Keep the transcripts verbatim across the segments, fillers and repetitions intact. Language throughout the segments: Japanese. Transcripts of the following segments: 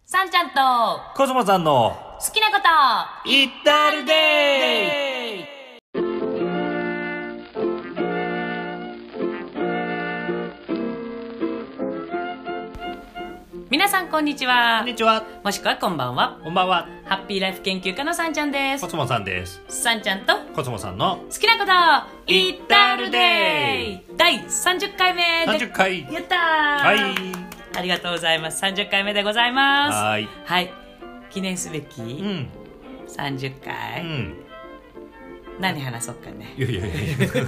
さんちゃんとコスモさんの好きなことイッタルデイ。 皆さんこんにちは。 こんにちは。 もしくはこんばんは。 こんばんは。 ハッピーライフ研究家のさんちゃんです。 コスモさんです。 さんちゃんとコスモさんの好きなことイッタルデイ第さんじゅっかいめでさんじゅっかい。 やったー。 はい。 ありがとうございます。さんじゅっかいめでございます。 はい。 はい。記念すべき、 うん。 さんじゅっかい、 うん。 何話そうかね。 いやいやいや。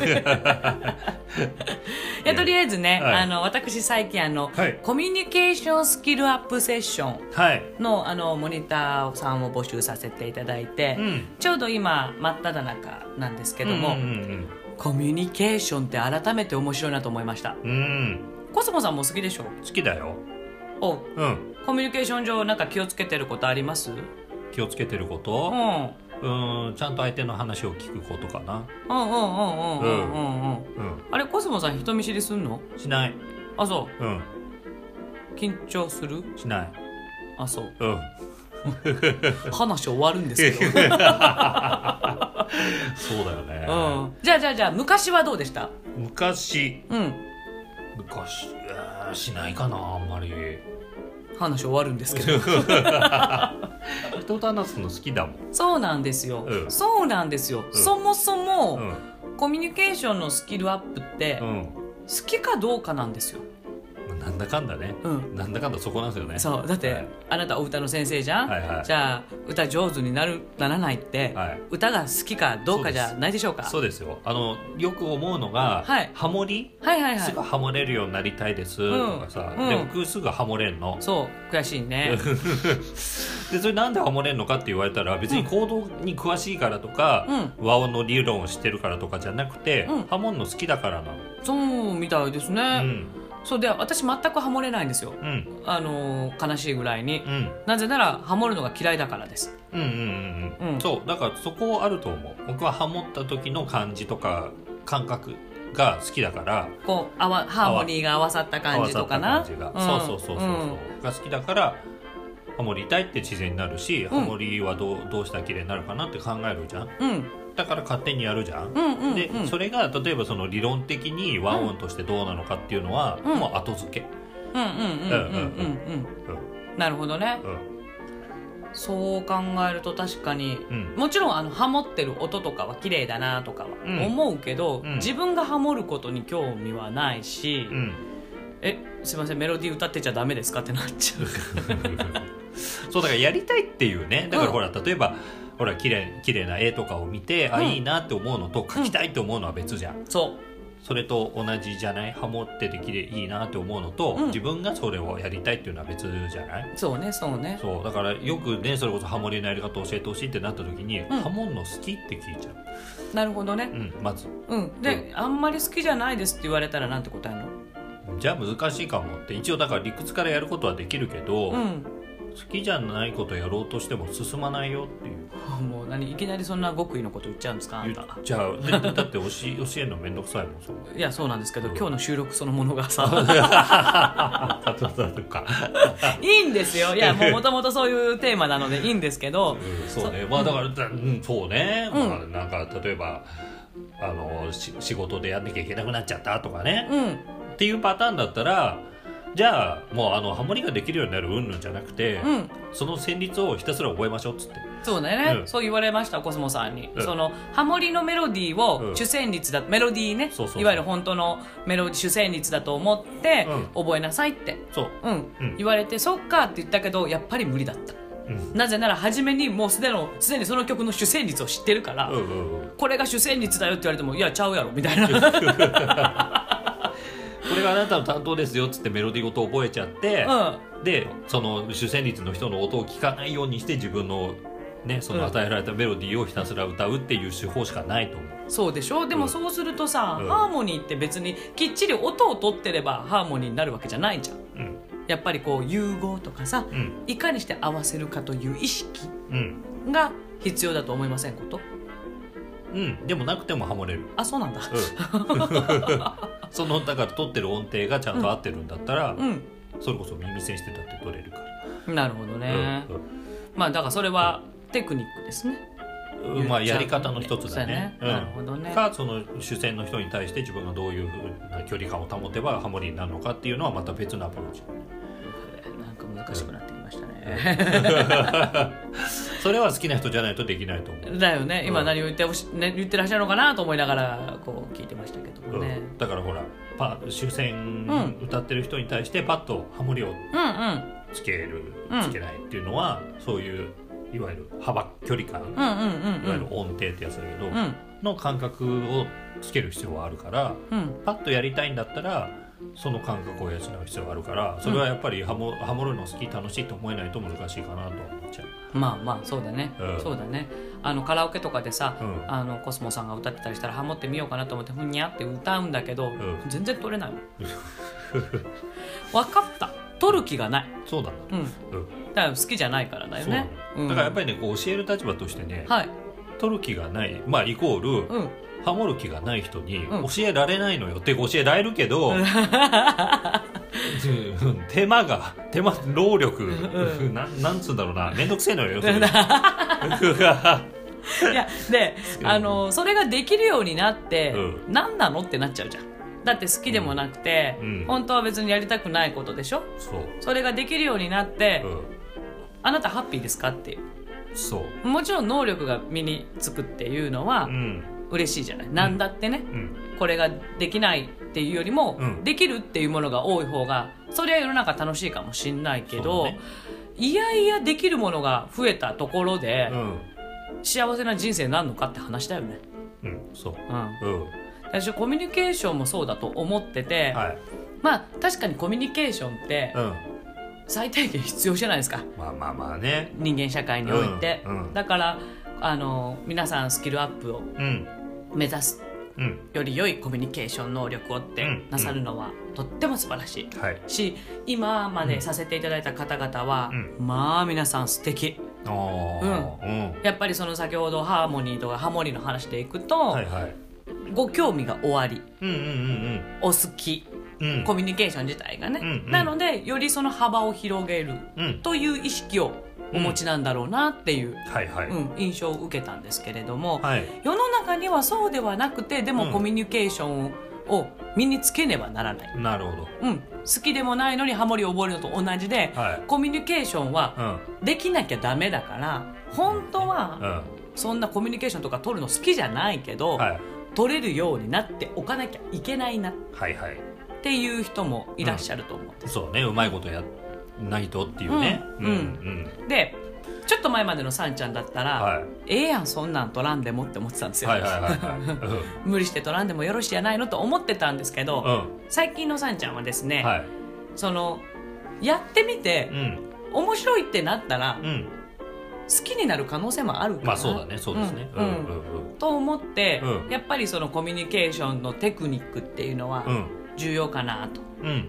いやとりあえずね、 はい、 あの私最近あの、 はい、 コミュニケーションスキルアップセッションの、はい、あのモニターさんを募集させていただいて、うん、ちょうど今真っ只中なんですけども、うんうんうん、コミュニケーションって改めて面白いなと思いました。うん、コスモさんも好きでしょ？ 好きだよ。 お、うん、コミュニケーション上なんか気をつけてることあります？ 気をつけてること？うん。うんちゃんと相手の話を聞くことかな。 うんうんうんうんうんうんうん。あれコスモさん人見知りすんの？ しない。 あ、そう。 うん。 緊張する？ しない。 あ、そう。 うん。 話終わるんですけど。そうだよね。 うん。じゃあじゃあじゃあ昔はどうでした？ 昔。 うん。 昔しないかなあんまり。 話終わるんですけど。 人と話すの好きだもん。 そうなんですよ、うん、そうなんですよ、うん、そもそも、うん、コミュニケーションのスキルアップって、うん、好きかどうかなんですよ。 なんだかんだね、うん、なんだかんだそこなんですよね。 そうだって、はい、あなたお歌の先生じゃん、はいはい、じゃあ歌上手になるならないって、はい、歌が好きかどうかじゃないでしょうか。 そうですよ。あのよく思うのが、はい、ハモリ、はいはいはい、すぐハモれるようになりたいです、うん、とかさ、うん、で僕すぐハモれんの。 そう悔しいね。 でそれなんでハモれんのかって言われたら別に行動に詳しいからとか、うん、和音の理論を知ってるからとかじゃなくて、うん、ハモんの好きだからなの。 そうみたいですね、うん、そうで私全くハモれないんですよ、うん、あの悲しいぐらいに、うん、なぜならハモるのが嫌いだからです。 うんうんうんうん、そうだからそこあると思う。僕はハモった時の感じとか感覚が好きだからこうあわハーモニーが合わさった感じとかな、 うん、そうそうそうそうそう、うん、が好きだからハモりたいって自然になるし、うん、ハモリはどう、どうしたら綺麗になるかなって考えるじゃん、うん、だから勝手にやるじゃん、うんうんうん、でそれが例えばその理論的に和音としてどうなのかっていうのは、うん、もう後付け。 なるほどね、うん、そう考えると確かに、うん、もちろんあのハモってる音とかは綺麗だなとかは思うけど、うん、自分がハモることに興味はないし、うん、えすいませんメロディー歌ってちゃダメですかってなっちゃう。 そうだからやりたいっていうね。だからほら、うん、例えばほら綺麗綺麗な絵とかを見て、うん、あいいなって思うのと描きたいって思うのは別じゃん、うん、そうそれと同じじゃない。ハモってて綺麗いいなって思うのと、うん、自分がそれをやりたいっていうのは別じゃない。 そうねそうね。 そうだからよくねそれこそハモりのやり方教えてほしいってなった時に、うん、ハモんの好きって聞いちゃう。 なるほどね、 うん、まず、 うん、で、うん、あんまり好きじゃないですって言われたらなんて答えるの？ じゃあ難しいかもって。一応だから理屈からやることはできるけど、うん、好きじゃないことやろうとしても進まないよっていう。 もう何いきなりそんな極意のこと言っちゃうんですか？あんた言っちゃう。だって教え、教えるのめんどくさいもん。そういやそうなんですけど、うん、今日の収録そのものがさいいんですよ。いやもともとそういうテーマなのでいいんですけど、うん、 そうね。まあだから、うん、そうね、うんまあ、なんか例えばあの仕事でやんなきゃいけなくなっちゃったとかね、うん、っていうパターンだったらじゃあもうあのハモリができるようになる云々じゃなくて、うん、その旋律をひたすら覚えましょうっつって。 そうだよね、うん、そう言われましたコスモさんに、うん、そのハモリのメロディーを主旋律だ、うん、メロディーね、そうそうそう、いわゆる本当のメロディー主旋律だと思って覚えなさいって、そう、うんうん、言われてそっかって言ったけどやっぱり無理だった、うん、なぜなら初めにもうすでのすでにその曲の主旋律を知ってるから、うんうんうん、これが主旋律だよって言われてもいやちゃうやろみたいな。これがあなたの担当ですよっつってメロディーごと覚えちゃって、うん、でその主旋律の人の音を聞かないようにして自分のね、その与えられたメロディーをひたすら歌うっていう手法しかないと思う。 そうでしょ。でもそうするとさ、うん、ハーモニーって別にきっちり音を取ってればハーモニーになるわけじゃないじゃん、うん、やっぱりこう融合とかさ、うん、いかにして合わせるかという意識が必要だと思いませんこと？ うん、でもなくてもハモれる。 あ、そうなんだ、うん、 そのだから取ってる音程がちゃんと合ってるんだったら、うん、それこそ耳栓してたって取れるから。 なるほどね、うんうん、まあだからそれはテクニックですね。 まあやり方の一つだね。 なるほどね。 かその主戦の人に対して自分がどういうふうな距離感を保てばハモリになるのかっていうのはまた別のアプローチ。 なんか難しくなってきましたね。 それは好きな人じゃないとできないと思う。 だよね。今何を言ってほし、ね、言ってらっしゃるのかなと思いながらこう聞いてましたけどもね。 うん、だからほらパ主戦歌ってる人に対してパッとハモリをつける、うんうん、つけないっていうのはそういういわゆる幅距離感、いわゆる音程ってやつだけど、うん、の感覚をつける必要はあるから、うん、パッとやりたいんだったらその感覚を養う必要があるから、それはやっぱりハモ、ハモるの好き楽しいと思えないと難しいかなと思っちゃう。 まあまあそうだね、うん、そうだね。あのカラオケとかでさ、うん、あのコスモさんが歌ってたりしたらハモってみようかなと思ってふにゃって歌うんだけど、うん、全然取れないもん。分かった、取る気がない。 そうなんだ、 うんうん、だから好きじゃないからだよね。 だからやっぱりねこう教える立場としてね、はい、取る気がない、まあイコール、うん、ハモる気がない人に教えられないのよ、うん、って教えられるけど手間が手間労力、うん、な, なんつうんだろうな、めんどくせえのよそれ。いやであのそれができるようになって、うん、何なのってなっちゃうじゃん。だって好きでもなくて、うん、本当は別にやりたくないことでしょ。 そう、それができるようになって、うん、あなたハッピーですかっていう。そうもちろん能力が身につくっていうのは、うん、嬉しいじゃない、うん、なんだってね、うん、これができないっていうよりも、うん、できるっていうものが多い方がそれは世の中楽しいかもしんないけど、ね、いやいやできるものが増えたところで、うん、幸せな人生になるのかって話だよね。 うんそう、 うんうん、私コミュニケーションもそうだと思ってて、はい、まあ確かにコミュニケーションって、うん最低限必要じゃないですか。 まあまあまあね。 人間社会において、うんうん、だからあの皆さんスキルアップを目指す、うん、より良いコミュニケーション能力をってなさるのはとっても素晴らしい、うん、し今までさせていただいた方々は、うん、まあ皆さん素敵、うんうん、やっぱりその先ほどハーモニーとかハモリの話でいくと、はいはい、ご興味がおあり、うんうんうんうん、お好きうん、コミュニケーション自体がね、うんうん、なのでよりその幅を広げるという意識をお持ちなんだろうなっていう、うんはいはいうん、印象を受けたんですけれども、はい、世の中にはそうではなくてでもコミュニケーションを身につけねばならない、 うん、なるほど、 うん、好きでもないのにハモリを覚えるのと同じで、はい、コミュニケーションはできなきゃダメだから、うん、本当はそんなコミュニケーションとか取るの好きじゃないけど、はい、取れるようになっておかなきゃいけないな、はいはいっていう人もいらっしゃると思うんです、 うん、そうね、うまいことやないとっていうね、 うんうんうん、でちょっと前までのさんちゃんだったら、はい、ええやんそんなん取らんでもって思ってたんですよ、はいはいはいはい、無理して取らんでもよろしいやないのと思ってたんですけど、うん、最近のさんちゃんはですね、はい、そのやってみて、うん、面白いってなったら、うん、好きになる可能性もあるから、 まあそうだねそうですね、うんうんうんうん、と思って、うん、やっぱりそのコミュニケーションのテクニックっていうのは、うん重要かなと、うんうんうん、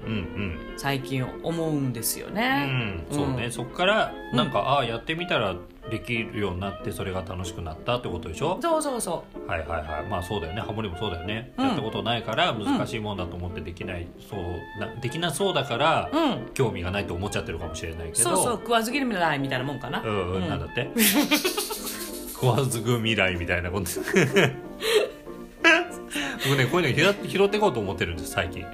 最近思うんですよね、 うん、そうね、うん、そこからなんか、うん、ああやってみたらできるようになってそれが楽しくなったってことでしょ。 そうそうそうはいはいはい、まあそうだよね、ハモリもそうだよね、うん、やったことないから難しいもんだと思ってできない、うん、そうなできなそうだから、うん、興味がないと思っちゃってるかもしれないけど、 そうそう食わず嫌いみたいなもんかな、 うんうん、なんだって食わず嫌いみたいなこと僕ねこういうの拾っていこうと思ってるんです最近。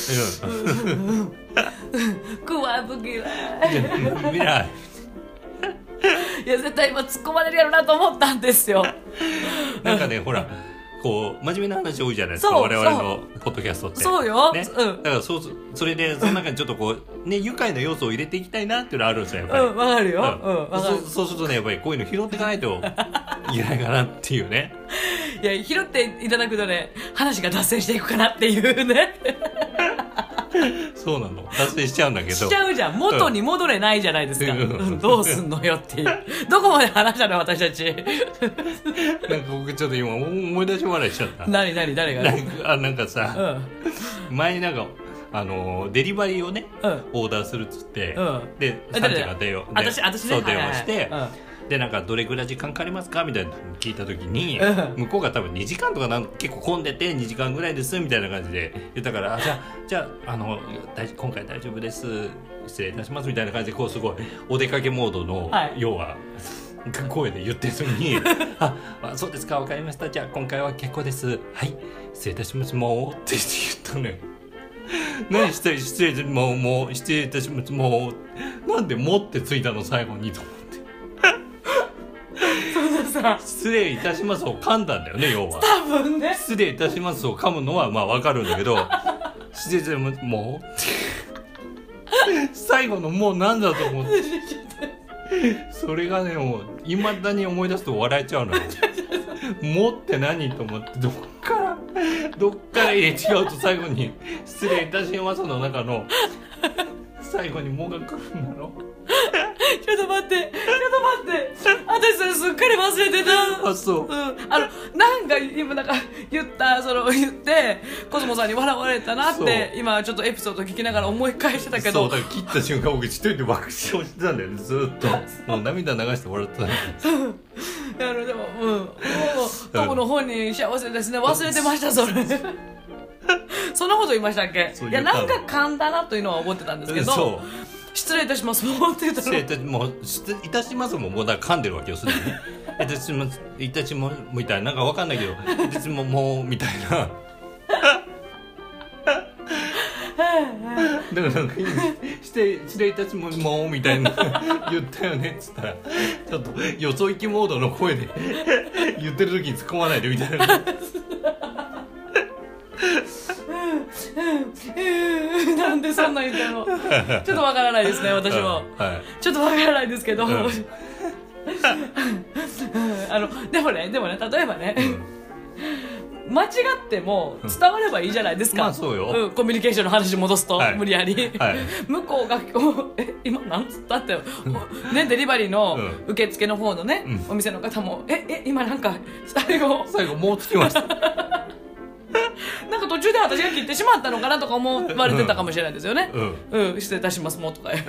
食わず嫌い未来いや絶対今突っ込まれるやろなと思ったんですよ。 なんかねほらこう真面目な話多いじゃないですか我々のポッドキャストって。 そうよ、 ねうん、だからそうそれでその中にちょっとこうね愉快な要素を入れていきたいなっていうのはあるんですよやっぱり。 うんわかるよ、うんうん、 そうそうするとねやっぱりこういうの拾っていかないといけないかなっていうね。 いや拾っていただくとね話が脱線していくかなっていうねそうなの脱線しちゃうんだけどしちゃうじゃん元に戻れないじゃないですか、うん、どうすんのよっていうどこまで話したの私たちなんか僕ちょっと今思い出し笑いしちゃった。 何何誰がなんかあなんかさ、うん、前になんかあのデリバリーをね、うん、オーダーするっつって、うん、でサンちゃんが電話私私ねそう電話して、はいはいはいでなんかどれぐらい時間かかりますかみたいなの聞いた時に、向こうが多分にじかんとかなん結構混んでてにじかんぐらいですみたいな感じで言ったから、じゃあじゃあ、あの大今回大丈夫です失礼いたしますみたいな感じでこうすごいお出かけモードの、はい、要は声で言ってるのにああそうですか分かりましたじゃあ今回は結構ですはい失礼いたしますもうって言ったのよ。何失礼失礼もうもう失礼いたしますもうなんでもってついたの最後にと思ってそうさ失礼いたしますを噛んだんだよね要は多分ね失礼いたしますを噛むのはまあ分かるんだけど失礼いたしますもうって最後のもうなんだと思ってそれがねもういまだに思い出すと笑えちゃうのよもって何と思ってどっからどっから入れ違うと最後に失礼いたしますの中の最後にもが来るんだろちょっと待ってちょっと待って私それすっかり忘れてた。 あそう、 うん、あのなんか今なんか言ったその言ってコスモさんに笑われたなって今ちょっとエピソード聞きながら思い返してたけど、 そうだから切った瞬間僕一人で爆笑してたんだよねずっともう涙流して笑ってたんだよあのでもうんもうトムの本人幸せですね忘れてましたそれそんなこと言いましたっけ。いやなんか噛んだなというのは思ってたんですけど、そう失礼いたしますもうって言ったら失礼もう失礼いたしますももうだから噛んでるわけよすでにいたしますいたしもみたいななんかわかんないけどいたしももうみたいなだからなんか失礼失礼いたしももうみたいな言ったよねっつったらちょっとよそ行きモードの声で言ってる時に突っ込まないでみたいななんでそんな言ったのちょっとわからないですね私も、はい、ちょっとわからないですけど、うん、あのでもねでもね例えばね、うん、間違っても伝わればいいじゃないですか、 まあそうよ、 うん、コミュニケーションの話戻すと、はい、無理やり、はい、向こうがえ今なんつったって、ね、デリバリーの受付の方のね、うん、お店の方もええ今なんか最後最後もうつきましたなんか途中で私が切ってしまったのかなとか思われてたかもしれないですよね、うん、うん、失礼いたしますもうとかだ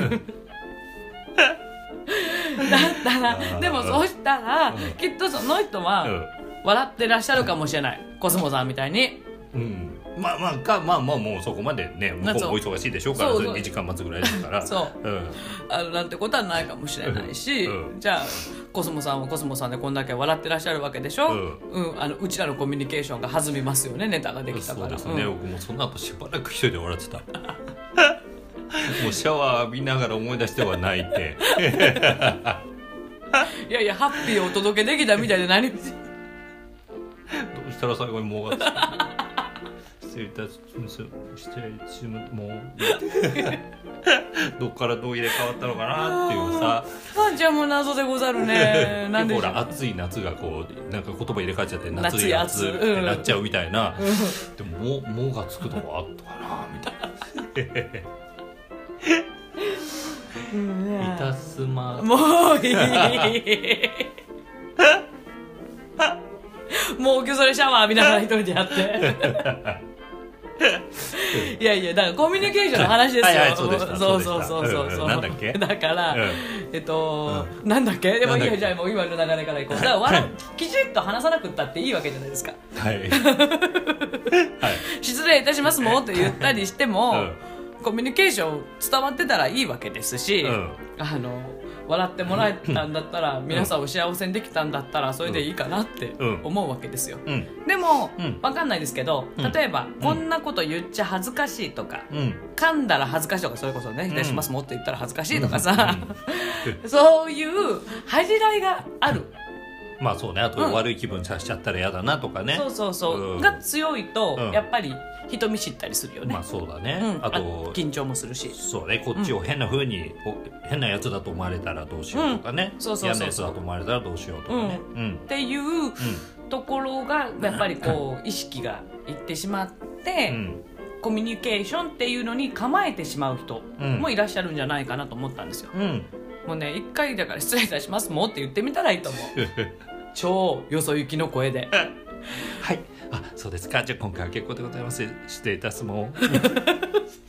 ったらでもそうしたら、うん、きっとその人は笑ってらっしゃるかもしれない、コスモさんみたいに、うん、まあまあかまあまあもうそこまでね向こうもお忙しいでしょうからそうそうにじかん待つぐらいですからそう、うん、あのなんてことはないかもしれないし、うん、じゃあコスモさんはコスモさんでこんだけ笑ってらっしゃるわけでしょ、うんうん、あのうちらのコミュニケーションが弾みますよねネタができたから。 そうですね、うん、僕もその後しばらく一人で笑ってたもうシャワー浴びながら思い出しては泣いていやいやハッピーをお届けできたみたいで何どうしたら最後にもうが失礼いたします失礼しますもうどっからどう入れ替わったのかなっていうさパンちゃんも謎でござるねなんでほら暑い夏がこうなんか言葉入れ替えちゃって夏い夏ってなっちゃうみたいな、うん、でももうもうがつくとこあったかなみたいないたすまもういいもう今日それシャワー浴びながら一人でやっていやいやだからコミュニケーションの話ですよ。はいはいそうでしたそうそうそうそうそう、うん、なんだっけだから、うん、えっと、うん、なんだっけでもいいやじゃあもう今の流れからいこうだからわらきちっと話さなくったっていいわけじゃないですかはい、はい、失礼いたしますもんって言ったりしても、うんコミュニケーション伝わってたらいいわけですし、うん、あの笑ってもらえたんだったら、うん、皆さんを幸せにできたんだったらそれでいいかなって思うわけですよ、うん、でも、うん、分かんないですけど例えば、うん、こんなこと言っちゃ恥ずかしいとか、うん、噛んだら恥ずかしいとかそれこそね「失礼しますも」って言ったら恥ずかしいとかさ、そういう恥じらいがあるまあそうねあと悪い気分させちゃったら嫌だなとかね、 そうそうそう、うん、が強いと、うん、やっぱり人見知ったりするよね。 まあそうだね、うん、あと緊張もするしそうねこっちを変な風に、うん、変なやつだと思われたらどうしようとかね、うん、そうそうそうそう嫌なやつだと思われたらどうしようとかね、うんうん、っていう、ところがやっぱりこう意識がいってしまって、うん、コミュニケーションっていうのに構えてしまう人もいらっしゃるんじゃないかなと思ったんですよ、うん、もうね一回だから失礼いたしますもうって言ってみたらいいと思う超よそ行きの声ではいあそうですかじゃあ今回は結構でございます失礼いたすもん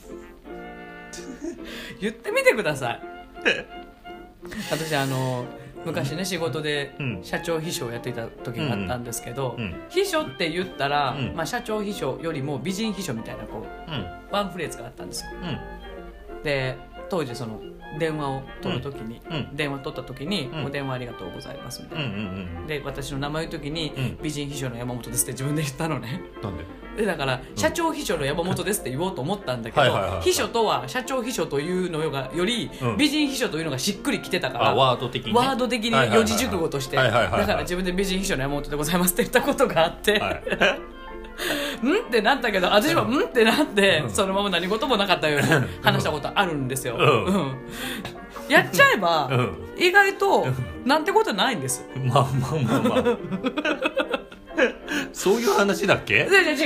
言ってみてください私あの昔ね仕事で社長秘書をやっていた時があったんですけど、うんうん、秘書って言ったら、うんまあ、社長秘書よりも美人秘書みたいなこう、うん、ワンフレーズがあったんですよ、うん、で当時その電話を取るときに、うん、電話取ったときに、うん、お電話ありがとうございますみたいな、うんうんうん、で私の名前のときに、うん、美人秘書の山本ですって自分で言ったのね。 なんででだから、うん、社長秘書の山本ですって言おうと思ったんだけど、はいはいはいはい、秘書とは社長秘書というのがより、うん、美人秘書というのがしっくりきてたから、 ワード的に、 ね、ワード的に四字熟語として、だから自分で美人秘書の山本でございますって言ったことがあって、はいんってなったけど私はんってなって、うん、そのまま何事もなかったように話したことあるんですよ、うんうん、やっちゃえば、うん、意外となんてことないんです。 まあまあまあまあそういう話だっけ？ 違う違う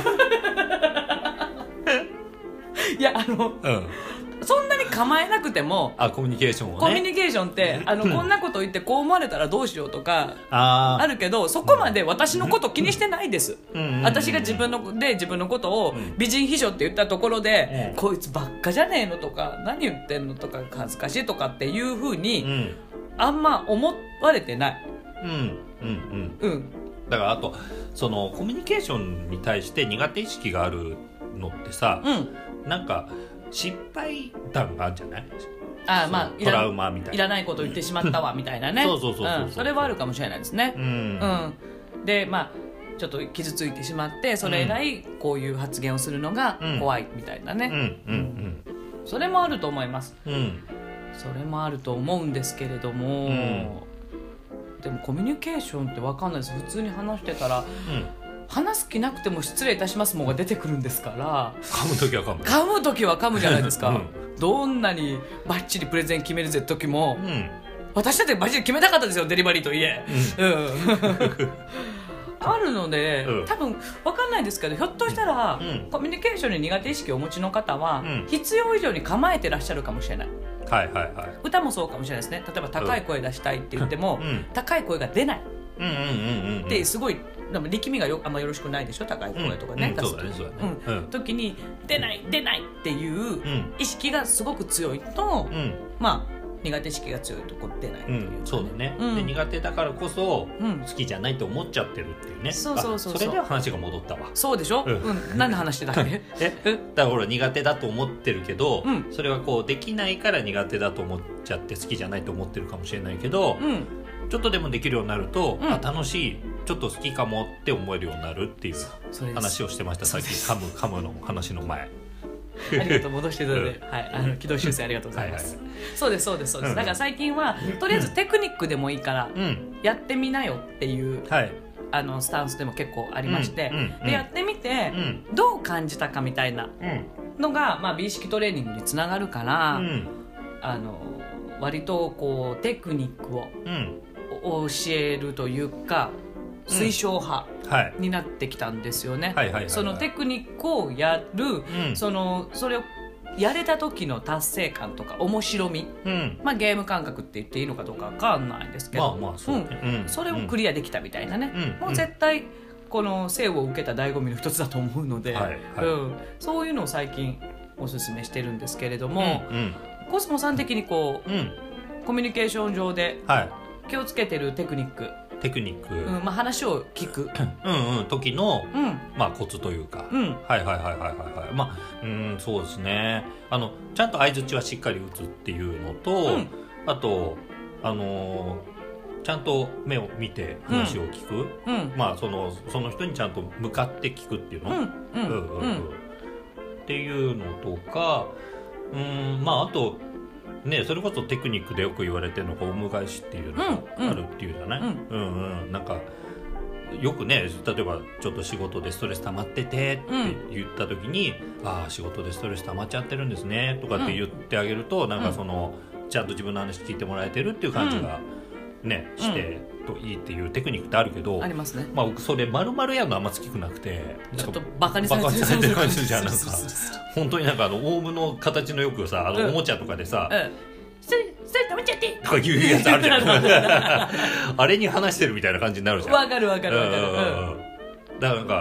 いやあの、うんそんなに構えなくてもあコミュニケーションをねコミュニケーションってあのこんなこと言ってこう思われたらどうしようとかあるけどそこまで私のこと気にしてないです、うん、私が自分ので自分のことを美人秘書って言ったところで、うん、こいつばっかじゃねえのとか何言ってんのとか恥ずかしいとかっていう風に、うん、あんま思われてないうんうんうん、うん、だからあとそのコミュニケーションに対して苦手意識があるのってさ、うん、なんか失敗談があるんじゃない？ あまあトラウマみたいな、 いらないこと言ってしまったわみたいなねそうそうそうそう、 うん、それはあるかもしれないですね、うんうん、でまあちょっと傷ついてしまってそれ以来こういう発言をするのが怖いみたいなね、うんうんうんうん、それもあると思います、うん、それもあると思うんですけれども、うん、でもコミュニケーションって分かんないです。普通に話してたら、うん話す気なくても失礼いたしますもんが出てくるんですから噛むときは噛む噛むときは噛むじゃないですか、うん、どんなにバッチリプレゼン決めるぜって時も、うん、私だってバッチリ決めたかったですよデリバリーといえ、うんうん、あるので、うん、多分分かんないですけどひょっとしたら、うん、コミュニケーションに苦手意識をお持ちの方は、うん、必要以上に構えてらっしゃるかもしれない、はいはいはい、歌もそうかもしれないですね。例えば高い声出したいって言っても、うん、高い声が出ないってすごいでも力みがよあんまよろしくないでしょ高い声とかね、うん、出す時に出ない出ないっていう意識がすごく強いと、うん、まあ苦手意識が強いとこ出ないっていう、ねうん、そうだね、うん、で苦手だからこそ好きじゃないと思っちゃってるっていうね、うん、 そうそうそうそう。 それでは話が戻ったわ。 そうでしょ、うんうん、何の話してたっけえだからほら苦手だと思ってるけど、うん、それはこうできないから苦手だと思っちゃって好きじゃないと思ってるかもしれないけど、うん、ちょっとでもできるようになると、うん、あ楽しいちょっと好きかもって思えるようになるっていう話をしてました。さっき噛む噛むの話の前ありがとう戻していただいて、はい、あの軌道修正ありがとうございます、はいはい、そうですそうですそうです、うん、だから最近はとりあえずテクニックでもいいからやってみなよっていう、うん、あのスタンスでも結構ありまして、うんうん、でやってみて、うん、どう感じたかみたいなのが、まあ、美意識トレーニングにつながるから、うん、あの割とこうテクニックを教えるというか推奨派になってきたんですよね。そのテクニックをやる、うん、そのそれをやれた時の達成感とか面白み、うん、まあゲーム感覚って言っていいのかどうか分かんないんですけど、まあまあそうね、うん、それをクリアできたみたいなね、うん、もう絶対この生を受けた醍醐味の一つだと思うので、はいはいうん、そういうのを最近おすすめしてるんですけれども、うんうん、コスモさん的にこう、うん、コミュニケーション上で気をつけてるテクニックテクニック、 うんまあ、話を聞くうん、うん、時の、うんまあ、コツというか、うん、はいはいはいはいはいはいまあうんそうですねあのちゃんと相槌はしっかり打つっていうのと、うん、あとあのー、ちゃんと目を見て話を聞く、うん、まあそのその人にちゃんと向かって聞くっていうの、うんうんうんうん、っていうのとかうんまああとね、それこそテクニックでよく言われてるのがオウム返しっていうのがあるっていうじゃない、うんうんうんうん、なんかよくね例えばちょっと仕事でストレス溜まっててって言った時に、うん、ああ仕事でストレス溜まっちゃってるんですねとかって言ってあげると、うん、なんかそのちゃんと自分の話聞いてもらえてるっていう感じがね、うん、してといいっていうテクニックってあるけどありますね、 まあ、それ丸々やるのあんま好きくなくてちょっとバカにされてる感じじゃんなんか本当になんかあのオウムの形のよくさあのおもちゃとかでさ、うんうんそれそれ食べちゃってとかいうやつあるじゃんあれに話してるみたいな感じになるじゃん。 わかるわかるわかる、うん、 だからなんかだか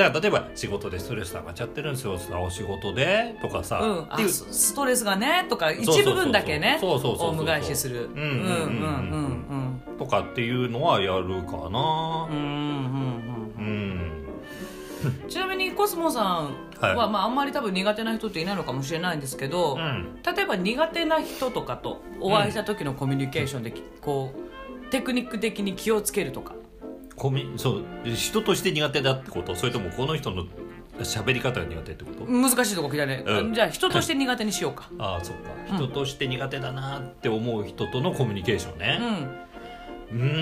だから例えば仕事でストレス溜まっちゃってるんですよ、お仕事でとかさ、 うん、っていうストレスがねとか一部分だけねオウム返しするとかっていうのはやるかな。うんうんうんうんちなみにコスモさんは、はい、まあ、あんまり多分苦手な人っていないのかもしれないんですけど、うん、例えば苦手な人とかとお会いした時のコミュニケーションでこうテクニック的に気をつけるとか、 コミそう人として苦手だってこと、それともこの人の喋り方が苦手ってこと？ 難しいとこ来たね、うん、じゃあ人として苦手にしようか。 ああそっか、うん、人として苦手だなって思う人とのコミュニケーションね。うん、うー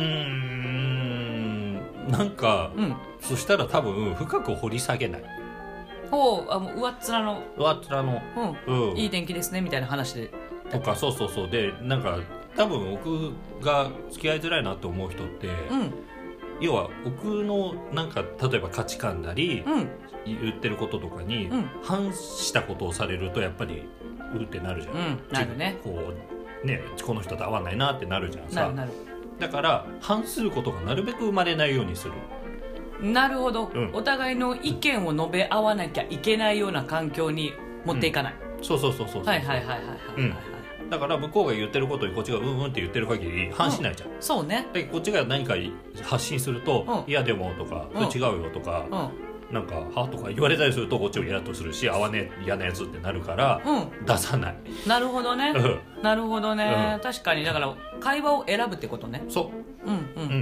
んなんか、うん、そしたら多分深く掘り下げない。 ほう、あもう上っ面の上っ面の、 うんうん、いい天気ですねみたいな話でとか、そうそうそう、でなんか多分僕が付き合いづらいなって思う人って、うん、要は僕のなんか例えば価値観なり、うん、言ってることとかに反したことをされるとやっぱりうってなるじゃん、うん、 なるね、 こうねこの人と合わないなってなるじゃんさ。なるなる。だから反することがなるべく生まれないようにする。 なるほど、うん、お互いの意見を述べ合わなきゃいけないような環境に持っていかない、 うん、そうそうそうそうそう、 はいはいはいはいはい、うん、 だから向こうが言ってることにこっちがうんうんって言ってる限り反しないじゃん、うん、 そうね。 でこっちが何か発信すると、うん、いやでもとか、うん、それ違うよとか、うんなんかはとか言われたりするとこっちもイラッとするし、合わねえ嫌なやつってなるから、うん、出さない。 なるほどね、うん、なるほどね、うん、確かにだから会話を選ぶってことね。 そううんうんうんうん、うん、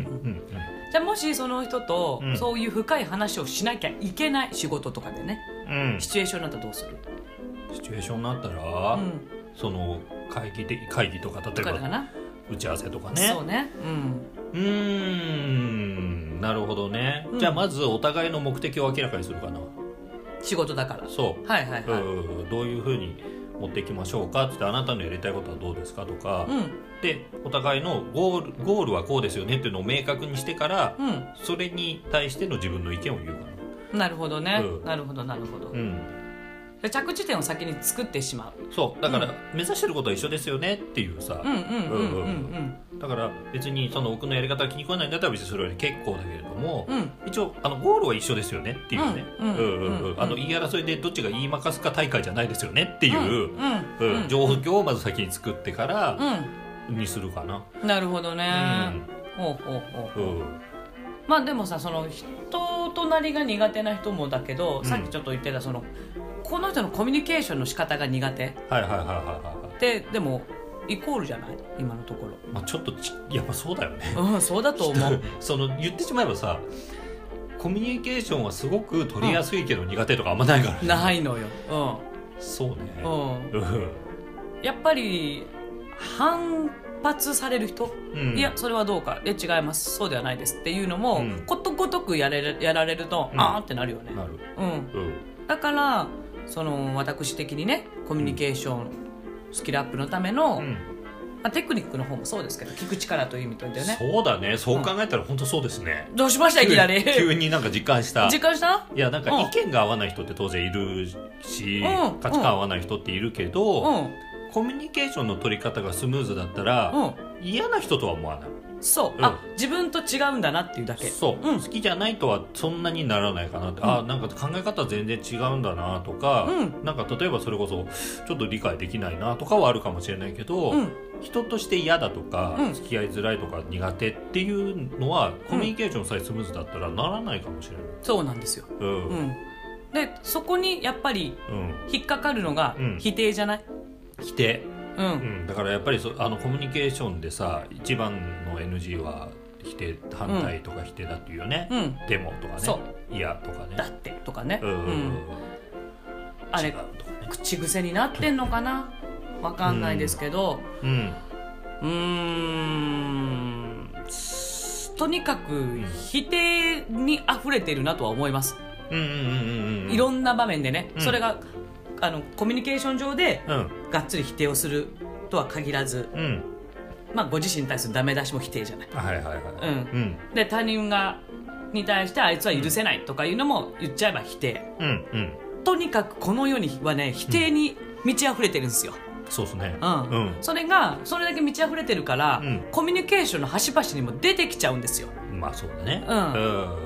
じゃあもしその人とそういう深い話をしなきゃいけない仕事とかでね、うん、シチュエーションになったらどうする？ シチュエーションになったら、うん、その会議で会議とか例えば打ち合わせとかね。 そうね、 うん、うーんなるほどね、うん、じゃあまずお互いの目的を明らかにするかな。 仕事だから。 そうはいはいはい、 うどういうふうに持っていきましょうかって、あなたのやりたいことはどうですかとか、うん、でお互いのゴールゴールはこうですよねっていうのを明確にしてから、うん、それに対しての自分の意見を言うかな。なるほどね、うん、なるほどなるほど、うん、着地点を先に作ってしまう。そうだから、うん、目指してることは一緒ですよねっていうさ、だから別にその僕のやり方が気に食わないんだったら別にそれは結構だけれども、うん、一応あのゴールは一緒ですよねっていうね、言い争いでどっちが言いまかすか大会じゃないですよねっていう、うんうん、状況をまず先に作ってからにするかな。 なるほどね、うん、ほうほうほう、うん、まあでもさ、その人となりが苦手な人もだけど、うん、さっきちょっと言ってたそのこの人のコミュニケーションの仕方が苦手で、でもイコールじゃない今のところ。 まあ、ちょっとやっぱそうだよね、 うん、そうだと思うその言ってしまえばさ、コミュニケーションはすごく取りやすいけど苦手とかあんまないからね、 うん、ないのよ、うん、 そうね、 うん、やっぱり反発される人、うん、いやそれはどうか、え違いますそうではないですっていうのも、うん、ことごとくやれるやられると、うん、あーってなるよね。 なる、 うんうん、だからその私的にねコミュニケーション、うん、スキルアップのための、うんまあ、テクニックの方もそうですけど聞く力という意味といてね。 そうだね、そう考えたら本当そうですね、 うん、どうしましたいきなり急になんか実感した実感したいやなんか意見が合わない人って当然いるし、うん、価値観合わない人っているけど、うん、コミュニケーションの取り方がスムーズだったら、うん、嫌な人とは思わない。 そう、うん、あ自分と違うんだなっていうだけ。 そう、うん、好きじゃないとはそんなにならないかなって、うん、あなんか考え方全然違うんだなとか、うん、なんか例えばそれこそちょっと理解できないなとかはあるかもしれないけど、うん、人として嫌だとか、うん、付き合いづらいとか苦手っていうのは、コミュニケーションさえスムーズだったらならないかもしれない、 うん、そうなんですよ、うんうん、でそこにやっぱり引っかかるのが否定じゃない、 うん、否定うんうん、だからやっぱりそあのコミュニケーションでさ一番の エヌジー は否定反対とか否定だっていうよね、うん、でもとかね嫌とかねだってとかね、うんうん、あれ、ね、口癖になってんのかなわかんないですけど、うん、うーんとにかく否定に溢れてるなとは思います。いろんな場面でね、うん、それがあのコミュニケーション上で、うん、がっつり否定をするとは限らず、うん、まあ、ご自身に対するダメ出しも否定じゃない、はいはいはい、うんうん、で他人がに対してあいつは許せないとかいうのも言っちゃえば否定、うんうん、とにかくこの世にはね否定に満ち溢れてるんですよ、 うん、そうですね、 うんうん、それがそれだけ満ち溢れてるから、うん、コミュニケーションの端々にも出てきちゃうんですよ。 まあそうだね、うん、うん、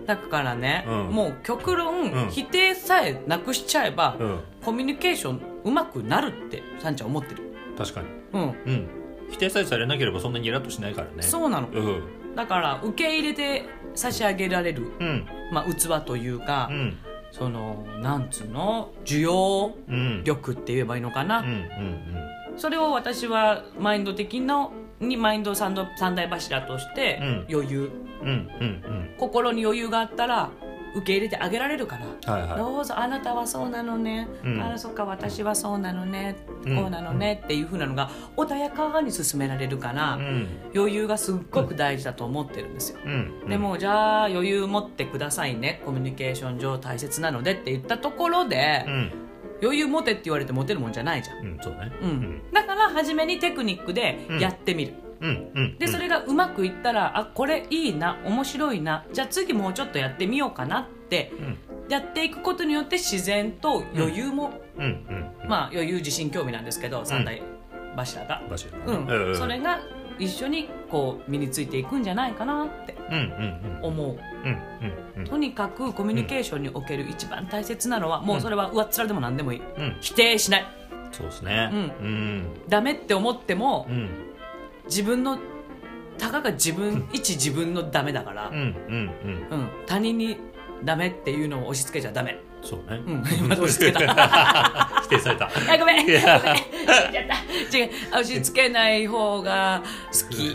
だからね、うん、もう極論、うん、否定さえなくしちゃえば、うん、コミュニケーションうまくなるってさんちゃん思ってる。 確かに、うんうん、否定さえされなければそんなにイラッとしないからね。 そうなの、うん、だから受け入れて差し上げられる、うんまあ、器というか、うん、そのなんつうの需要力って言えばいいのかな、うんうんうんうん、それを私はマインド的なにマインド三大柱として、うん、余裕、うんうんうん、心に余裕があったら受け入れてあげられるから、はいはい、どうぞあなたはそうなのね、うん、あらそっか私はそうなのね、うん、こうなのねっていう風なのが穏やかに進められるから、うん、余裕がすっごく大事だと思ってるんですよ、うんうん、でもじゃあ余裕持ってくださいね、コミュニケーション上大切なのでって言ったところで、うん余裕持てって言われて持てるもんじゃないじゃん、うんそうねうん、だから初めにテクニックでやってみる、うんうん、でそれがうまくいったらあこれいいな面白いなじゃあ次もうちょっとやってみようかなって、うん、やっていくことによって自然と余裕も、うんうんうん、まあ余裕自信興味なんですけど三大柱が、うんうん、それが一緒にこう身についていくんじゃないかなって思う、うんうんうん、とにかくコミュニケーションにおける一番大切なのは、うん、もうそれは上っ面でも何でもいい、うん、否定しない。 そうですね、うんうん、 ダメって思っても、うん、自分のたかが自分一自分のダメだから、うんうんうんうん、他人にダメっていうのを押し付けちゃダメ。 そうね、 うん、今押し付けた否定されたあごめんごめん違う押し付けない方が好き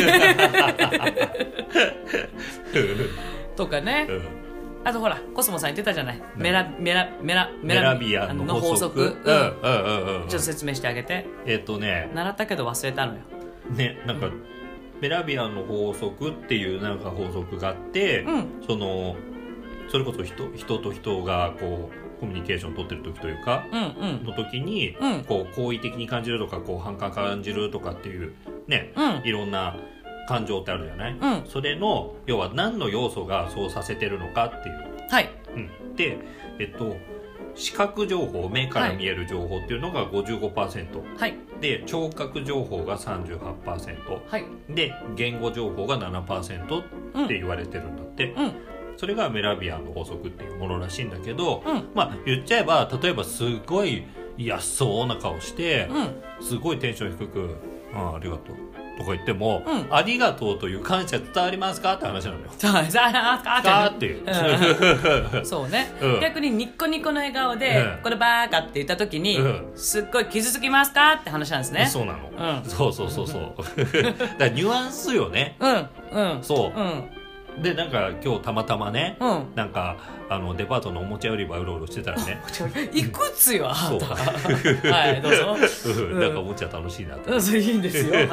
とかね、うん、あとほらコスモさん言ってたじゃない、うん、メラメラメラメラビアンの法則、うんうんうんうん、ちょっと説明してあげて。 えっとね習ったけど忘れたのよね、なんか、うん、メラビアンの法則っていうなんか法則があって、うん、そのそれこそ 人, 人と人がこうコミュニケーションを取ってる時というか、うんうん、の時に、うん、こう好意的に感じるとかこう反感感じるとかっていうね、うん、いろんな感情ってあるじゃない、うん、それの要は何の要素がそうさせてるのかっていう、 はいうん、で、えっと、視覚情報目から見える情報っていうのが ごじゅうごパーセント、はい、で聴覚情報が さんじゅうはちパーセント、はい、で言語情報が ななパーセント って言われてるんだって、うんうんそれがメラビアンの法則っていうものらしいんだけど、うん、まあ言っちゃえば例えばすごい嫌そうな顔して、うん、すごいテンション低くああありがとうとか言っても、うん、ありがとうという感謝伝わりますかって話なのよ。 伝わりますかっていう、 うん、そうね、うん、逆にニッコニコの笑顔で、うん、これバーカって言った時に、うん、すっごい傷つきますかって話なんですね。 そうなの、うん、そうそうそうそうだからニュアンスよね。 うんうんそう、うんでなんか今日たまたまね、うん、なんかあのデパートのおもちゃ売り場うろうろしてたらねいくつよあなたはいどうぞ、 うん、なんかおもちゃ楽しいなと、 うん、それいいんですよ、はい、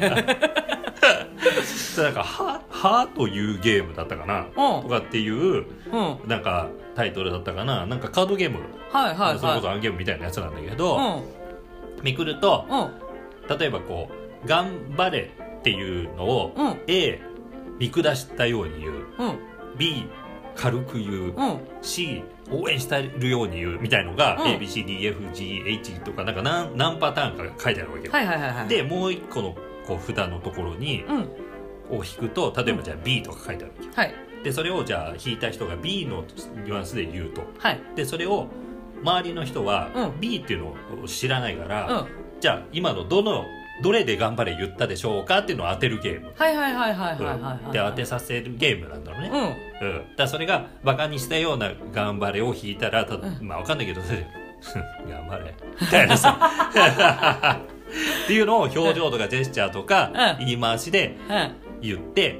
なんかは「は」というゲームだったかな、うん、とかっていう、うん、なんかタイトルだったかな、なんかカードゲーム、 はいはいはい、 それこそアンゲームみたいなやつなんだけど、うん、めくると、うん、例えばこう頑張れっていうのを、うん、A見下したように言う、うん、B 軽く言う、うん、C 応援してるように言うみたいのが、うん、エービーシーディーエフジーエイチ とかなんか 何, 何パターンか書いてあるわけよ、 はいはいはいはい、 でもう一個のこう札のところに、うん、を引くと例えばじゃあ B とか書いてあるわけよ、はい、でそれをじゃあ引いた人が B のニュアンスで言うと、はい、でそれを周りの人は B っていうのを知らないから、うん、じゃあ今のどのどれで頑張れ言ったでしょうかっていうのを当てるゲーム。 はいはいはいはいはいはい、はい、 で当てさせるゲームなんだろうね。うん。うん、だからそれがバカにしたような頑張れを引いたら、た、うん、まあわかんないけど頑張れみたいなさっていうのを表情とかジェスチャーとか言い回しで言って。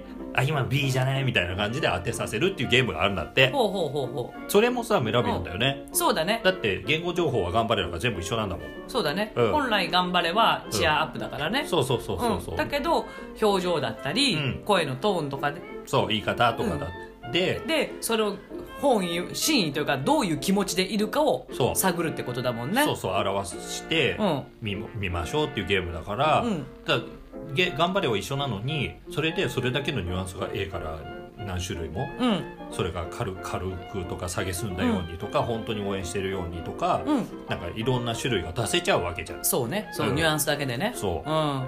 あ今 B じゃねみたいな感じで当てさせるっていうゲームがあるんだって。 ほうほうほうほう。それもさメラビアンだよね、 うん、そうだね。 だって言語情報は頑張れるが全部一緒なんだもん。 そうだね、うん、本来頑張れはチアアップだからね、 うん、そうそうそうそうそう、 うん、だけど表情だったり、うん、声のトーンとかでそう言い方とかだ、うん、ででそれを本意真意というかどういう気持ちでいるかを探るってことだもんね。 そうそう表して、うん、見, 見ましょうっていうゲームだから、うん、だから頑張れは一緒なのにそれでそれだけのニュアンスが A から何種類も、うん、それが 軽, 軽くとか下げすんだようにとか、うん、本当に応援してるようにとか、うん、なんかいろんな種類が出せちゃうわけじゃん。 そうね、そう、うん、ニュアンスだけでね。 そう、 うん、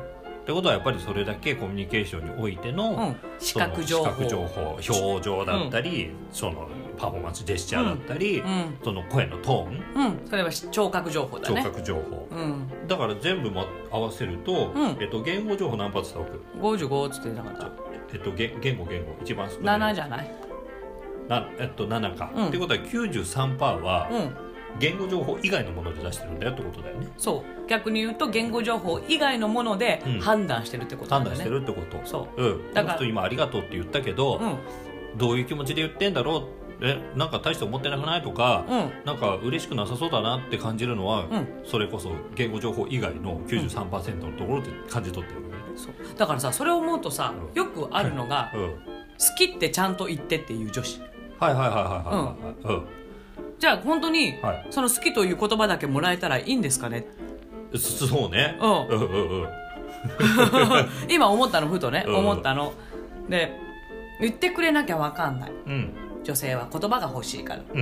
ってことはやっぱりそれだけコミュニケーションにおいての、 うん、視覚情報、 視覚情報表情だったり、うん、そのパフォーマンスジェスチャーだったり、うん、その声のトーン、 うん、それは聴覚情報だね。 聴覚情報、うん、だから全部も合わせると、うん、えっと、言語情報何発伝わる？ ごじゅうごっつってなかった？ えっと、言語言語一番少ないななじゃない？ な、えっと、ななか、うん、ってことは きゅうじゅうさんパーセント は、うん、言語情報以外のもので出してるんだよってことだよね。 そう逆に言うと言語情報以外のもので判断してるってことなんだね、 うん、判断してるってこと。 そう、 うん、だからこの人今ありがとうって言ったけど、うん、どういう気持ちで言ってんだろう、えなんか大して思ってなくないとか、うん、なんか嬉しくなさそうだなって感じるのは、うん、それこそ言語情報以外の きゅうじゅうさんパーセント のところで感じ取ってるよね、 うん、そうだからさそれを思うとさ、うん、よくあるのが、うん、好きってちゃんと言ってっていう女子。 はいはいはいはいはいはい、うん、 じゃあ本当に、はい、その好きという言葉だけもらえたらいいんですかね。 そうね、うんうんうんうん、 今思ったのふとね、うん、思ったので言ってくれなきゃ分かんない、うん、女性は言葉が欲しいから、うんうん、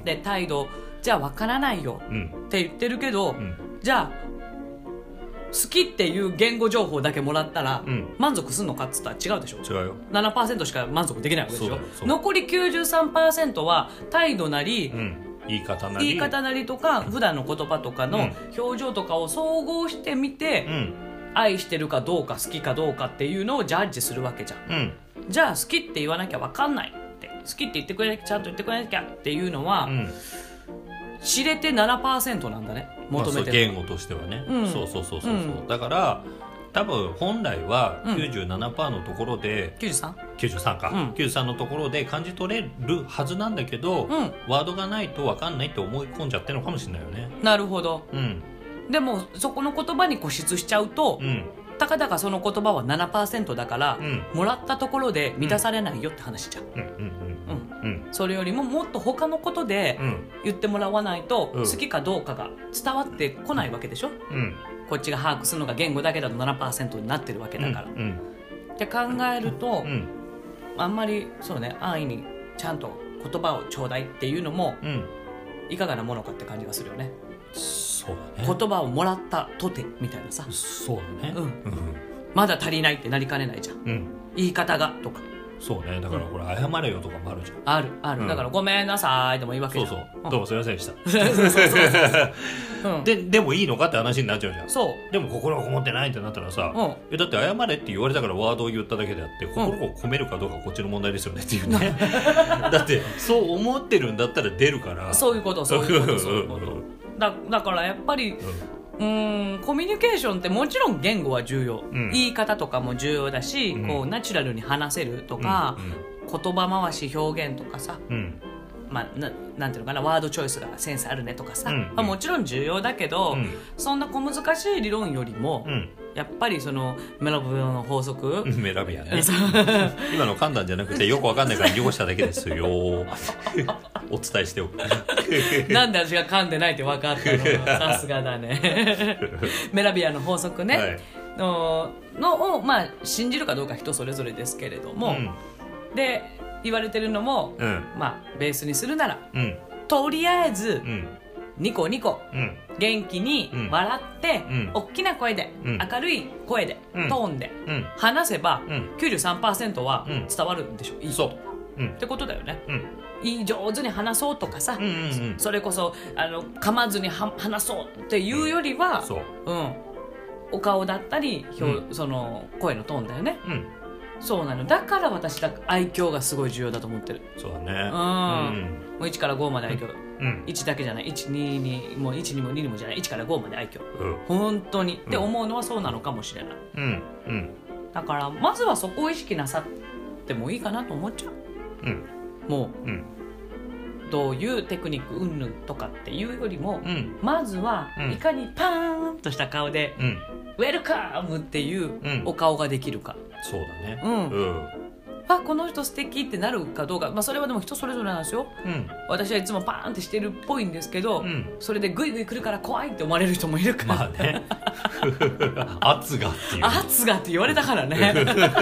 で態度じゃあ分からないよって言ってるけど、うん、じゃあ好きっていう言語情報だけもらったら、うん、満足するのかっつったら違うでしょ。 違うよ。 ななパーセント しか満足できないわけでしょ。残り きゅうじゅうさんパーセント は態度なり、うん、 言い方なり言い方なりとか普段の言葉とかの表情とかを総合してみて、うん、愛してるかどうか好きかどうかっていうのをジャッジするわけじゃん、うん、じゃあ好きって言わなきゃ分かんないって、好きって言ってくれなきゃちゃんと言ってくれなきゃっていうのは、うん、知れて ななパーセント なんだね、求めてる、 まあ、言語としてはね、うん、そうそうそうそうそう、うん、だから多分本来は きゅうじゅうななパーセント のところで、うん、 きゅうじゅうさん? きゅうじゅうさんか、うん、きゅうじゅうさんのところで感じ取れるはずなんだけど、うん、ワードがないと分かんないって思い込んじゃってるのかもしれないよね。 なるほど、うん、でもそこの言葉に固執しちゃうと、うん、たかだかその言葉は ななパーセント だから、うん、もらったところで満たされないよって話じゃん、うんうんうんうん、それよりももっと他のことで言ってもらわないと、うん、好きかどうかが伝わってこないわけでしょ、うん、こっちが把握するのが言語だけだと ななパーセント になってるわけだから、うんうん、って考えると、うん、あんまりそうね、安易にちゃんと言葉をちょうだいっていうのも、うん、いかがなものかって感じがするよね。 そうだね、 言葉をもらったとてみたいなさ、 そうだね、うんうん、 まだ足りないってなりかねないじゃん、うん、言い方がとか。 そうね、だからこれ謝れよとかもあるじゃん。 あるある、うん、だからごめんなさいでもいいわけじゃん。 そうそう、うん、どうもすいませんでしたででもいいのかって話になっちゃうじゃん。そうでも心がこもってないってなったらさ、うん、えだって謝れって言われたからワードを言っただけであって心を込めるかどうかこっちの問題ですよねっていうね、うん、だってそう思ってるんだったら出るから。 そういうことそういうことそういうことだ, だからやっぱり、うんうーんコミュニケーションってもちろん言語は重要、うん、言い方とかも重要だし、うん、こうナチュラルに話せるとか、うんうん、言葉回し表現とかさ、うんまあ、な, なんていうのかなワードチョイスがセンスあるねとかさ、うんまあ、もちろん重要だけど、うん、そんな小難しい理論よりも、うん、やっぱりそのメラビアの法則メラビアね今の噛んだんじゃなくてよくわかんないから汚しただけですよお伝えしておくなんで私が噛んでないって分かったのさすがだねメラビアの法則ね、はい、の, のを、まあ、信じるかどうか人それぞれですけれども、うん、で言われてるのも、うんまあ、ベースにするなら、うん、とりあえず、うん、ニコニコ、うん、元気に笑って、うん、大きな声で、うん、明るい声で、うん、トーンで、うん、話せば、うん、きゅうじゅうさんパーセント は伝わるんでしょ、うん、いいそう、うん、ってことだよね、うんいい上手に話そうとかさ、うんうんうん、それこそあの噛まずには話そうっていうよりは、うんそううん、お顔だったり、うん、その声のトーンだよね、うん、そうなの。だから私だ愛嬌がすごい重要だと思ってる。 そうだね、うんうん、もういちからごまで愛嬌、うん、いちだけじゃないいち、ににもういちにもににもじゃないいちからごまで愛嬌、うん、本当に、うん、って思うのはそうなのかもしれない、うんうん、だからまずはそこを意識なさってもいいかなと思っちゃう、うんもう、うん、どういうテクニックうんぬんとかっていうよりも、うん、まずはいかにパーンとした顔で、うん、ウェルカムっていうお顔ができるか、 うん、そうだね、 うんうん、あこの人素敵ってなるかどうか、まあ、それはでも人それぞれなんですよ、うん、私はいつもパーンってしてるっぽいんですけど、うん、それでグイグイ来るから怖いって思われる人もいるから、 まあね圧がっていう圧がって言われたからね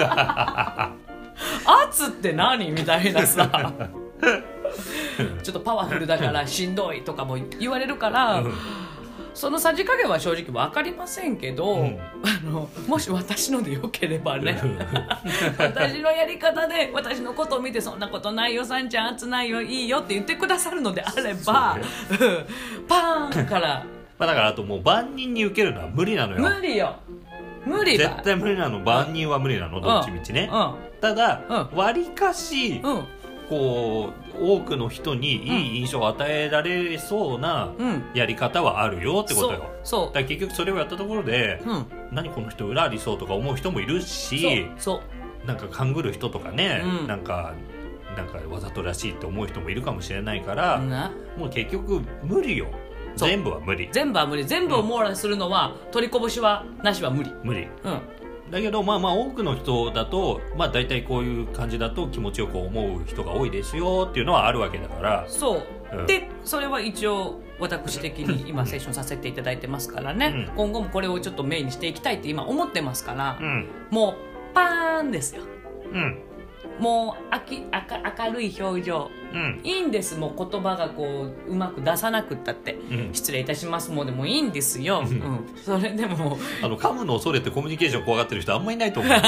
圧って何みたいなさちょっとパワフルだからしんどいとかも言われるから、うん、 そのさじ加減は正直分かりませんけど、うん、あのもし私のでよければね私のやり方で私のことを見てそんなことないよさんちゃん熱ないよいいよって言ってくださるのであれば、ね、パーンからまあだからあともう万人に受けるのは無理なのよ。 無理よ無理だ絶対無理なの。万人は無理なの、うん、どっちみちね、うん、ただわり、うん、かし、うん、こう多くの人にいい印象を与えられそうなやり方はあるよってことよ、うん、そうそうだから結局それをやったところで、うん、何この人裏ありそうとか思う人もいるし、そうそうなんか勘ぐる人とかね、うん、なんかなんかわざとらしいって思う人もいるかもしれないから、うん、もう結局無理よ。全部は無理全部は無理全部を網羅するのは、うん、取りこぼしはなしは無理無理、うん、だけどまあまあ多くの人だとまあ大体こういう感じだと気持ちよく思う人が多いですよっていうのはあるわけだからそう、うん、でそれは一応私的に今セッションさせていただいてますからね、うん、今後もこれをちょっとメインにしていきたいって今思ってますから、うん、もうパーンですよ、うんもうあきあか明るい表情、うん、いいんですもう言葉がこううまく出さなくったって、うん、失礼いたしますもうでもいいんですよ、うん、それでもあの噛むの恐れてコミュニケーション怖がってる人あんまりいないと思う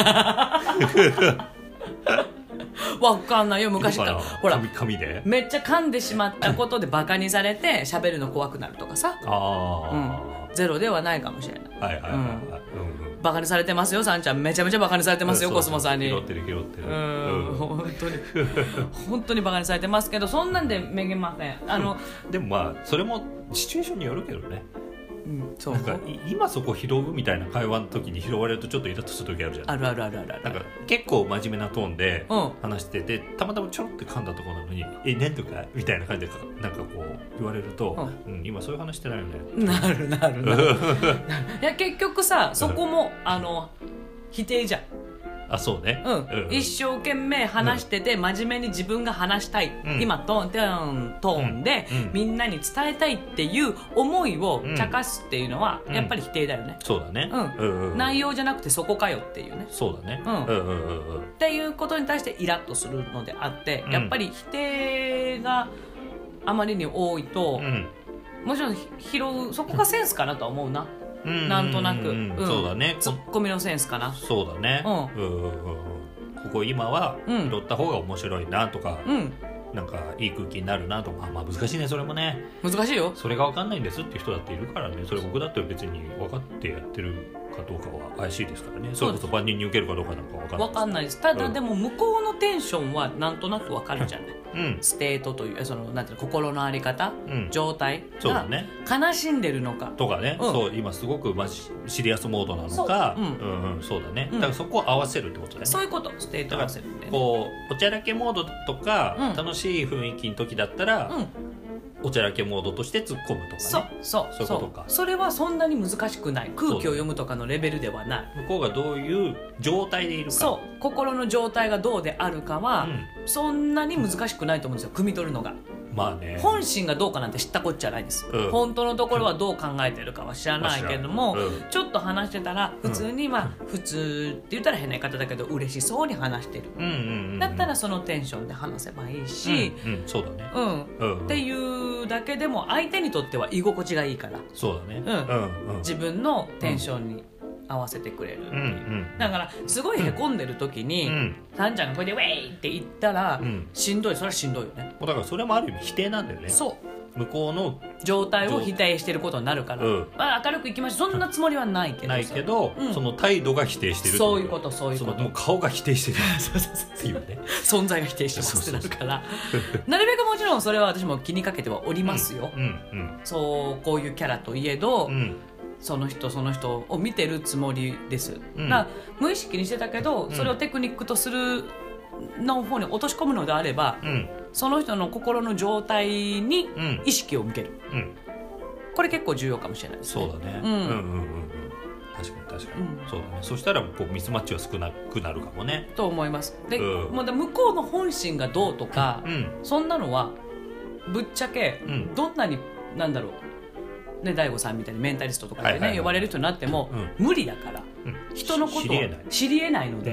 わかんないよ昔からほら紙でめっちゃ噛んでしまったことでバカにされて喋るの怖くなるとかさあ、うん、ゼロではないかもしれないはいはいはい、はいうんうんバカにされてますよさんちゃんめちゃめちゃバカにされてますよ、うん、コスモさんに拾ってる拾ってるうん、 うん、本当に本当にバカにされてますけどそんなんでめげませんあのでもまあそれもシチュエーションによるけどねうん、そうなんか今そこ拾うみたいな会話の時に拾われるとちょっとイラッとする時あるじゃん。 あるあるあるあるある。 なんか結構真面目なトーンで話してて、うん、たまたまちょろって噛んだところなのにえなんとかみたいな感じでなんかこう言われると、うんうん、今そういう話してないよね。 なるなるなるいや結局さそこもあの否定じゃん。 あそうね、 うんうんうん、一生懸命話してて、うん、真面目に自分が話したい、うん、今トーントーントーンで、うん、みんなに伝えたいっていう思いを茶化すっていうのは、うん、やっぱり否定だよね、 うん、そうだね、 うんうんうん、内容じゃなくてそこかよっていうねそうだね、 うんうんうんうん、っていうことに対してイラッとするのであって、うん、やっぱり否定があまりに多いと、うん、もちろん拾うそこがセンスかなとは思うななんとなく、うんうん、 そうだねツッコミのセンスかなそうだね、うんうんうん、ここ今は拾った方が面白いなとか、うん、なんかいい空気になるなとか、まあ、難しいねそれもね難しいよそれが分かんないんですっていう人だっているからねそれ僕だって別に分かってやってるかどうかは怪しいですからねそれこそ万人に受けるかどうかなんか分かんないです分かんないですただ、うん、でも向こうのテンションはなんとなく分かるじゃない、うん、ステートというそのなんていうの心の在り方、うん、状態が悲しんでるのかとかね、うん、そう今すごく、まあ、シリアスモードなのかそう、うんうんうん、そうだね、うん、だからそこを合わせるってことだねそういうことステート合わせるんで、ね、 こうおちゃらけモードとか、うん、楽しい雰囲気の時だったら、うんおちゃらけモードとして突っ込むとかねそうそうそうそういうことかそれはそんなに難しくない空気を読むとかのレベルではない向こうがどういう状態でいるかそう心の状態がどうであるかは、うん、そんなに難しくないと思うんですよ汲み取るのがまあね本心がどうかなんて知ったこっちゃないです、うん、本当のところはどう考えてるかは知らないけども、うん、ちょっと話してたら普通にまあ、うん、普通って言ったら変な言い方だけど嬉しそうに話してる、うんうんうんうん、だったらそのテンションで話せばいいし、 うんうん、そうだね、 うんうんうん、っていうだけでも相手にとっては居心地がいいからそうだね、 うんうんうん、自分のテンションに合わせてくれるっていう、うんうん、だからすごいへこんでる時に、うん、さんちゃんがこれでウェイって言ったら、うん、しんどいそれはしんどいよねだからそれもある意味否定なんだよねそう向こうの状態を否定してることになるから、うんまあ、明るくいきましょうそんなつもりはないけどないけど、うん、その態度が否定してるそういうことそういうこともう顔が否定してるっていうね存在が否定してますってなるからなるべくもちろんそれは私も気にかけてはおりますよ、うんうんうん、そうこういうキャラといえど、うんその人その人を見てるつもりです、うん、だ無意識にしてたけどそれをテクニックとするの方に落とし込むのであれば、うん、その人の心の状態に意識を向ける、うん、これ結構重要かもしれないですねそうだね、うんうんうんうん、確かに確かに、うん、そうだねそしたらこうミスマッチは少なくなるかもねと思いますで、うん、もう向こうの本心がどうとか、うん、そんなのはぶっちゃけどんなになんだろうね、大悟さんみたいにメンタリストとかでね、はいはいはい、呼ばれる人になっても、うん、無理だから、うん、人のことを知り得ない、知り得ないので、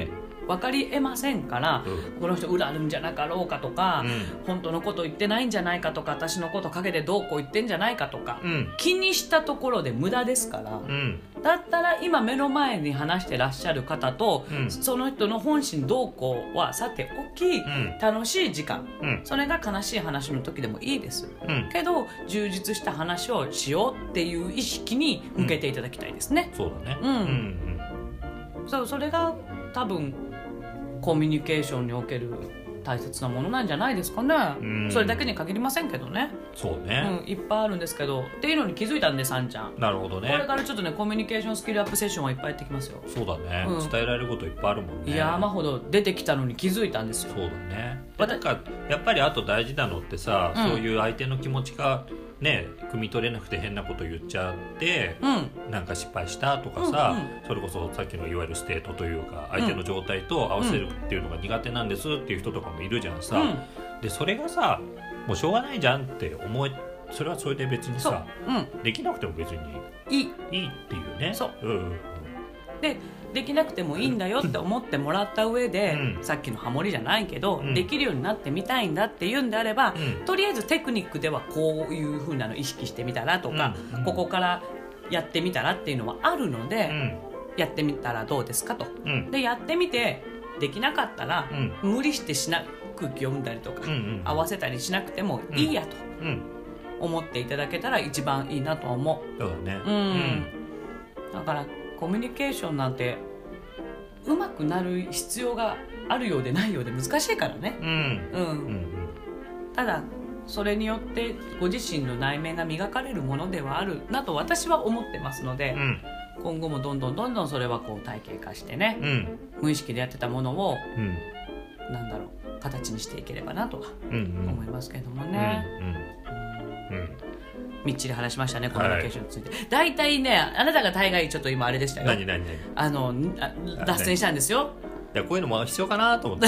分かりえませんから、うん、この人裏あるんじゃなかろうかとか、うん、本当のこと言ってないんじゃないかとか、私のこと陰でどうこう言ってんじゃないかとか、うん、気にしたところで無駄ですから、うん、だったら今目の前に話してらっしゃる方と、うん、その人の本心どうこうはさておき、うん、楽しい時間、うん、それが悲しい話の時でもいいです、うん、けど充実した話をしようっていう意識に向けていただきたいですね、 うん、そうだね、うんうんうん、そう、それが多分コミュニケーションにおける大切なものなんじゃないですかね、うん、それだけに限りませんけどね、 そうね、 うん、いっぱいあるんですけどっていうのに気づいたんで、さんちゃん。 なるほどね。 これからちょっとねコミュニケーションスキルアップセッションはいっぱいやってきますよ。 そうだね、うん、伝えられることいっぱいあるもんね。 山ほど出てきたのに気づいたんですよ。 そうだね。なんかやっぱりあと大事なのってさ、うん、そういう相手の気持ちがね汲み取れなくて変なこと言っちゃって、うん、なんか失敗したとかさ、うんうん、それこそさっきのいわゆるステートというか相手の状態と合わせるっていうのが苦手なんですっていう人とかもいるじゃんさ、うん、でそれがさもうしょうがないじゃんって思え、それはそれで別にさ、うん、できなくても別にいい、いいっていうね。 そう、 うんうん、 でできなくてもいいんだよって思ってもらった上で、うん、さっきのハモリじゃないけど、うん、できるようになってみたいんだっていうんであれば、うん、とりあえずテクニックではこういう風なの意識してみたらとか、うん、ここからやってみたらっていうのはあるので、うん、やってみたらどうですかと、うん、でやってみてできなかったら、うん、無理してしな空気読んだりとか、うんうん、合わせたりしなくてもいいやと、うん思っていただけたら一番いいなと思う。 そうだね、 うんうん、だからコミュニケーションなんてうまくなる必要があるようでないようで難しいからね、うんうんうん、ただそれによってご自身の内面が磨かれるものではあるなと私は思ってますので、うん、今後もどんどんどんどんそれはこう体系化してね、うん、無意識でやってたものを、うん、なんだろう形にしていければなとは思いますけどもね、うんうんうんうん、みっちり話しましたねコミュニケーションについて、はい、だいたいねあなたが大概ちょっと今あれでしたよ。 何何何あのあ脱線したんですよ。 いやこういうのも必要かなと思って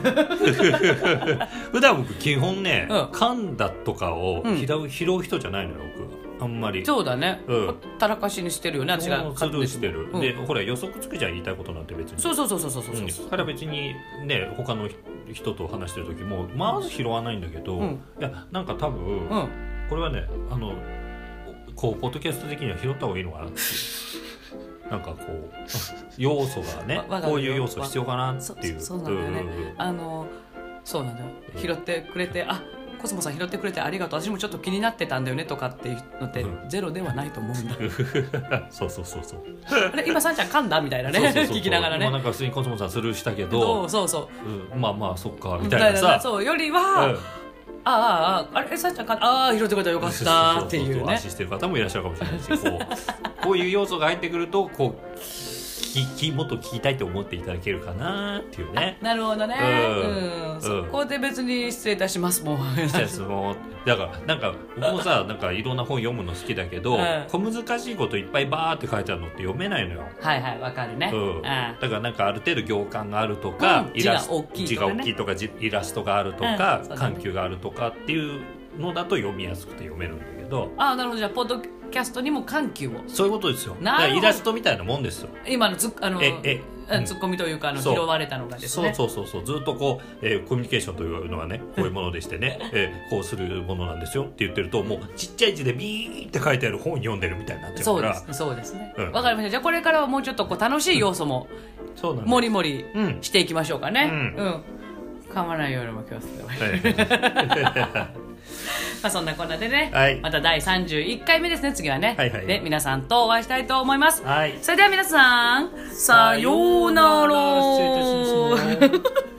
普段僕基本ね、うん、噛んだとかを拾う、うん、拾う人じゃないのよ僕あんまり。 そうだね、うん、たらかしにしてるよね私がスルーしてる、うん、でほら予測つくじゃん言いたいことなんて別に。 そうそうそうそうそうそう、うん、 だから別にね他の人と話してる時もまず拾わないんだけど、うん、いやなんか多分、うん、これはねあのこうポッドキャスト的には拾った方がいいのかなってなんかこう要素がねこういう要素必要かなっていう。 そうなんだよね、うん、あのそうなんだよ拾ってくれて、あコスモさん拾ってくれてありがとう私もちょっと気になってたんだよねとかっていうのってゼロではないと思うんだそうそうそうそうあれ今さんちゃん噛んだみたいなねそうそうそうそう聞きながらね今なんか普通にコスモさんスルーしたけどそうそうそう、 うん、まあまあそっかみたいなさそうよりは、うんああああれさっちゃんかああ拾ってくれたらよかったっていうね。そうそうそう安心してる方もいらっしゃるかもしれないしこうこういう要素が入ってくるとこうきもっと聞きたいと思っていただけるかなっていうね。なるほどね、うんうん、そこで別に失礼いたしますもうだからなんか僕もさなんかいろんな本読むの好きだけど、うん、小難しいこといっぱいバーって書いてあるのって読めないのよ。はいはいわかるね、うん、だからなんかある程度行間があるとか、うん、イラスト字が大きいとか、ね、イラストがあるとか、うん、緩急があるとかっていうのだと読みやすくて読めるんだけど。ああなるほど。じゃあポッドキャストにも緩急を。そういうことですよ。だからイラストみたいなもんですよ今のつあのええツッコミというかあの拾われたのがですね。そうそうそうそうずっとこう、えー、コミュニケーションというのはねこういうものでしてね、えー、こうするものなんですよって言ってるともうちっちゃい字でビーって書いてある本読んでるみたいになっちゃうから。そうですそうですねわ、うん、かりました。じゃあこれからはもうちょっとこう楽しい要素ももりもりしていきましょうかね。うん、うん、噛まないようにも気をつけてましたまあそんなこんなでね、はい、まただいさんじゅういっかいめですね次はね、はいはい、で皆さんとお会いしたいと思います、はい、それでは皆さんさようなら。失礼いたします